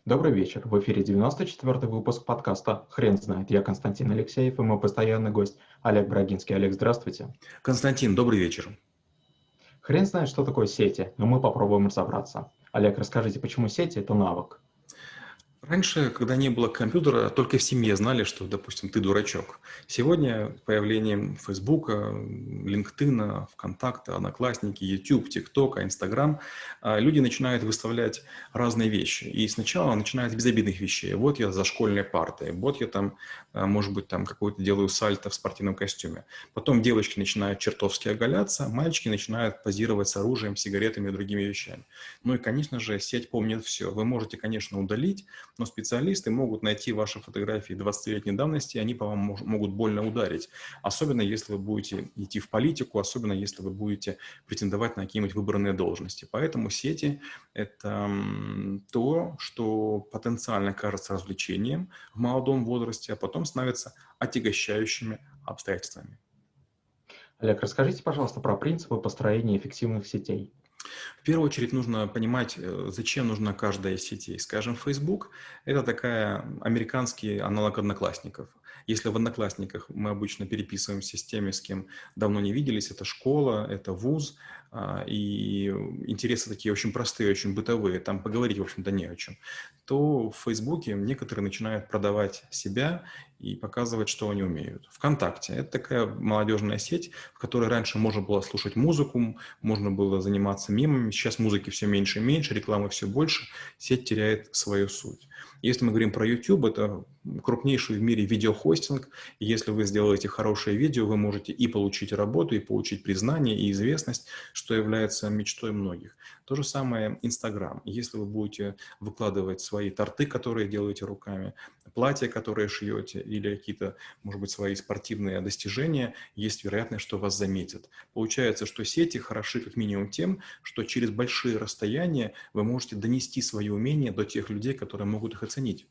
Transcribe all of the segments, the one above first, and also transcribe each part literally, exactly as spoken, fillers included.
Добрый вечер. В эфире девяносто четвёртый выпуск подкаста «Хрен знает». Я Константин Алексеев и мой постоянный гость Олег Брагинский. Олег, здравствуйте. Константин, добрый вечер. Хрен знает, что такое сети, но мы попробуем разобраться. Олег, расскажите, почему сети– это навык? Раньше, когда не было компьютера, только в семье знали, что, допустим, ты дурачок. Сегодня появлением Фейсбука, LinkedIn, ВКонтакта, Одноклассники, YouTube, ТикТока, Инстаграм люди начинают выставлять разные вещи. И сначала начинают с безобидных вещей. Вот я за школьной партой, вот я там, может быть, там какой-то делаю сальто в спортивном костюме. Потом девочки начинают чертовски оголяться, мальчики начинают позировать с оружием, сигаретами и другими вещами. Ну и, конечно же, сеть помнит все. Вы можете, конечно, удалить, но специалисты могут найти ваши фотографии двадцатилетней давности, и они по вам могут больно ударить. Особенно, если вы будете идти в политику, особенно, если вы будете претендовать на какие-нибудь выбранные должности. Поэтому сети – это то, что потенциально кажется развлечением в молодом возрасте, а потом становится отягощающими обстоятельствами. Олег, расскажите, пожалуйста, про принципы построения эффективных сетей. В первую очередь нужно понимать, зачем нужна каждая из сетей. Скажем, Facebook – это такая американский аналог Одноклассников. Если в Одноклассниках мы обычно переписываемся с теми, с кем давно не виделись, это школа, это вуз, и интересы такие очень простые, очень бытовые, там поговорить, в общем-то, не о чем, то в Фейсбуке некоторые начинают продавать себя и показывать, что они умеют. ВКонтакте – это такая молодежная сеть, в которой раньше можно было слушать музыку, можно было заниматься мемами. Сейчас музыки все меньше и меньше, рекламы все больше, сеть теряет свою суть. Если мы говорим про YouTube, это крупнейший в мире видеохостинг. И если вы сделаете хорошее видео, вы можете и получить работу, и получить признание, и известность, что является мечтой многих. То же самое Instagram. Если вы будете выкладывать свои торты, которые делаете руками, платья, которые шьете, или какие-то, может быть, свои спортивные достижения, есть вероятность, что вас заметят. Получается, что сети хороши как минимум тем, что через большие расстояния вы можете донести свои умения до тех людей, которые могут их оценить.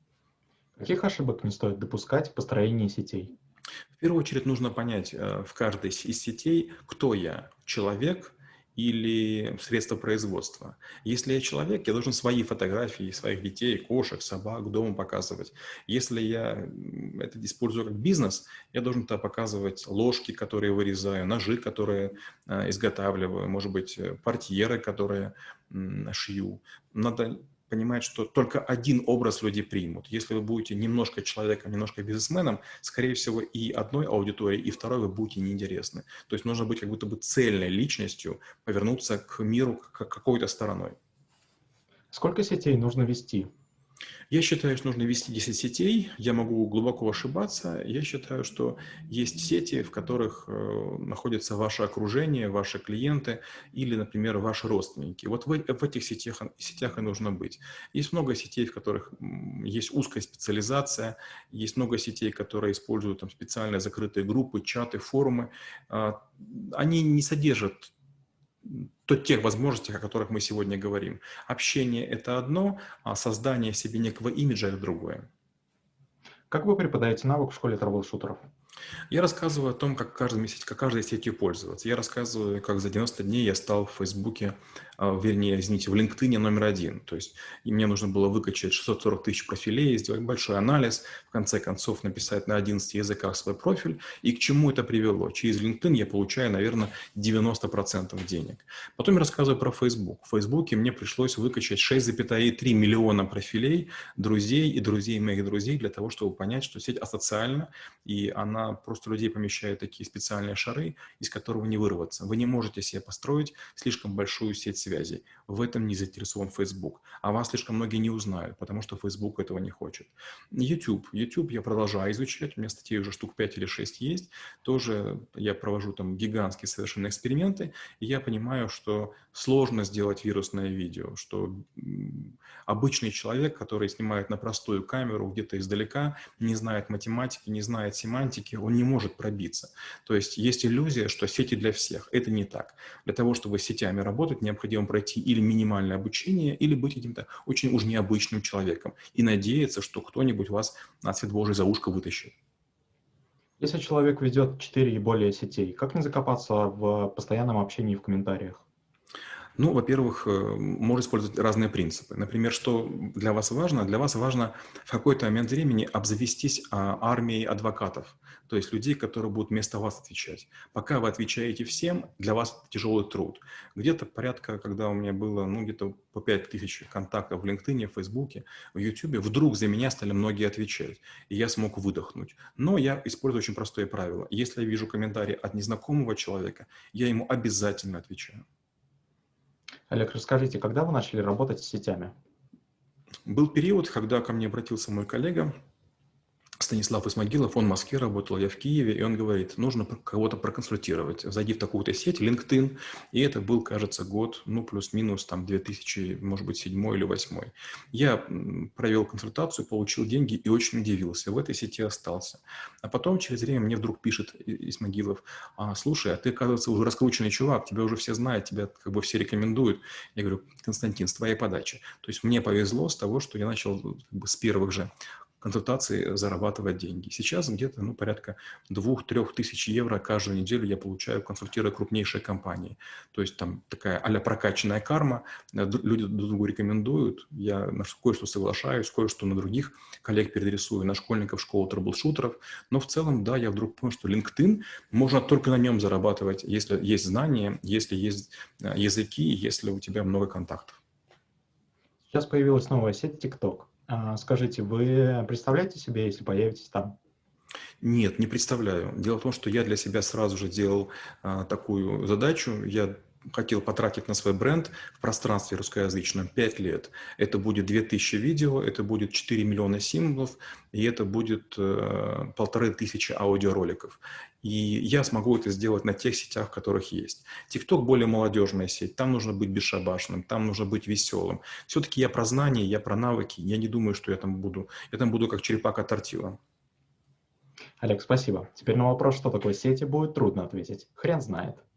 Каких ошибок не стоит допускать в построении сетей? В первую очередь нужно понять в каждой из сетей, кто я, человек или средство производства. Если я человек, я должен свои фотографии своих детей, кошек, собак дома показывать. Если я это использую как бизнес, я должен тогда показывать ложки, которые вырезаю, ножи, которые изготавливаю, может быть, портьеры, которые шью. Надо понимать, что только один образ люди примут. Если вы будете немножко человеком, немножко бизнесменом, скорее всего, и одной аудитории, и второй вы будете неинтересны. То есть нужно быть как будто бы цельной личностью, повернуться к миру как какой-то стороной. Сколько сетей нужно вести? Я считаю, что нужно вести десять сетей. Я могу глубоко ошибаться. Я считаю, что есть сети, в которых э, находится ваше окружение, ваши клиенты или, например, ваши родственники. Вот в, в этих сетях, сетях и нужно быть. Есть много сетей, в которых есть узкая специализация, есть много сетей, которые используют там, специальные закрытые группы, чаты, форумы. Э, они не содержат то тех возможностей, о которых мы сегодня говорим. Общение – это одно, а создание себе некого имиджа – это другое. Как вы преподаете навык в школе трэблшутеров? Я рассказываю о том, как, каждой, как каждой сетью пользоваться. Я рассказываю, как за девяносто дней я стал в Фейсбуке, вернее, извините, в LinkedIn номер один. То есть и мне нужно было выкачать шестьсот сорок тысяч профилей, сделать большой анализ, в конце концов написать на одиннадцати языках свой профиль. И к чему это привело? Через LinkedIn я получаю, наверное, девяносто процентов денег. Потом я рассказываю про Facebook. В Фейсбуке мне пришлось выкачать шесть целых три миллиона профилей друзей и друзей моих друзей для того, чтобы понять, что сеть асоциальна, и она просто людей помещает такие специальные шары, из которого не вырваться. Вы не можете себе построить слишком большую сеть связей. В этом не заинтересован Facebook. А вас слишком многие не узнают, потому что Facebook этого не хочет. YouTube. YouTube я продолжаю изучать. У меня статей уже штук пять или шесть есть. Тоже я провожу там гигантские совершенно эксперименты. И я понимаю, что сложно сделать вирусное видео, что обычный человек, который снимает на простую камеру где-то издалека, не знает математики, не знает семантики, он не может пробиться. То есть есть иллюзия, что сети для всех. Это не так. Для того, чтобы с сетями работать, необходимо пройти или минимальное обучение, или быть каким-то очень уж необычным человеком и надеяться, что кто-нибудь вас на свет Божий за ушко вытащит. Если человек ведет четыре и более сетей, как не закопаться в постоянном общении в комментариях? Ну, во-первых, э, можно использовать разные принципы. Например, что для вас важно? Для вас важно в какой-то момент времени обзавестись а, армией адвокатов, то есть людей, которые будут вместо вас отвечать. Пока вы отвечаете всем, для вас это тяжелый труд. Где-то порядка, когда у меня было, ну, где-то по пять тысяч контактов в LinkedIn, в Facebook, в YouTube, вдруг за меня стали многие отвечать, и я смог выдохнуть. Но я использую очень простое правило. Если я вижу комментарий от незнакомого человека, я ему обязательно отвечаю. Олег, расскажите, когда вы начали работать с сетями? Был период, когда ко мне обратился мой коллега Станислав Исмагилов, он в Москве работал, я в Киеве, и он говорит, нужно кого-то проконсультировать. Зайди в такую-то сеть, LinkedIn, и это был, кажется, год, ну, плюс-минус, там, две тысячи, может быть, седьмой или восьмой. Я провел консультацию, получил деньги и очень удивился. В этой сети остался. А потом, через время, мне вдруг пишет Исмагилов, а, слушай, а ты, оказывается, уже раскрученный чувак, тебя уже все знают, тебя как бы все рекомендуют. Я говорю, Константин, с твоей подачи. То есть мне повезло с того, что я начал как бы, с первых же консультации зарабатывать деньги. Сейчас где-то ну, порядка двух-трех тысяч евро каждую неделю я получаю, консультируя крупнейшие компании. То есть там такая а-ля прокачанная карма, люди друг другу рекомендуют, я на кое-что соглашаюсь, кое-что на других коллег переадресую, на школьников школу трэблшутеров. Но в целом, да, я вдруг понял, что LinkedIn можно только на нем зарабатывать, если есть знания, если есть языки, если у тебя много контактов. Сейчас появилась новая сеть TikTok. Скажите, вы представляете себе, если появитесь там? Нет, не представляю. Дело в том, что я для себя сразу же делал а, такую задачу. Я хотел потратить на свой бренд в пространстве русскоязычном пять лет. Это будет две тысячи видео, это будет четыре миллиона символов, и это будет э, полторы тысячи аудиороликов. И я смогу это сделать на тех сетях, в которых есть. TikTok более молодежная сеть, там нужно быть бесшабашным, там нужно быть веселым. Все-таки я про знания, я про навыки, я не думаю, что я там буду, я там буду как черепаха тортила. Олег, спасибо. Теперь на вопрос, что такое сети, будет трудно ответить. Хрен знает.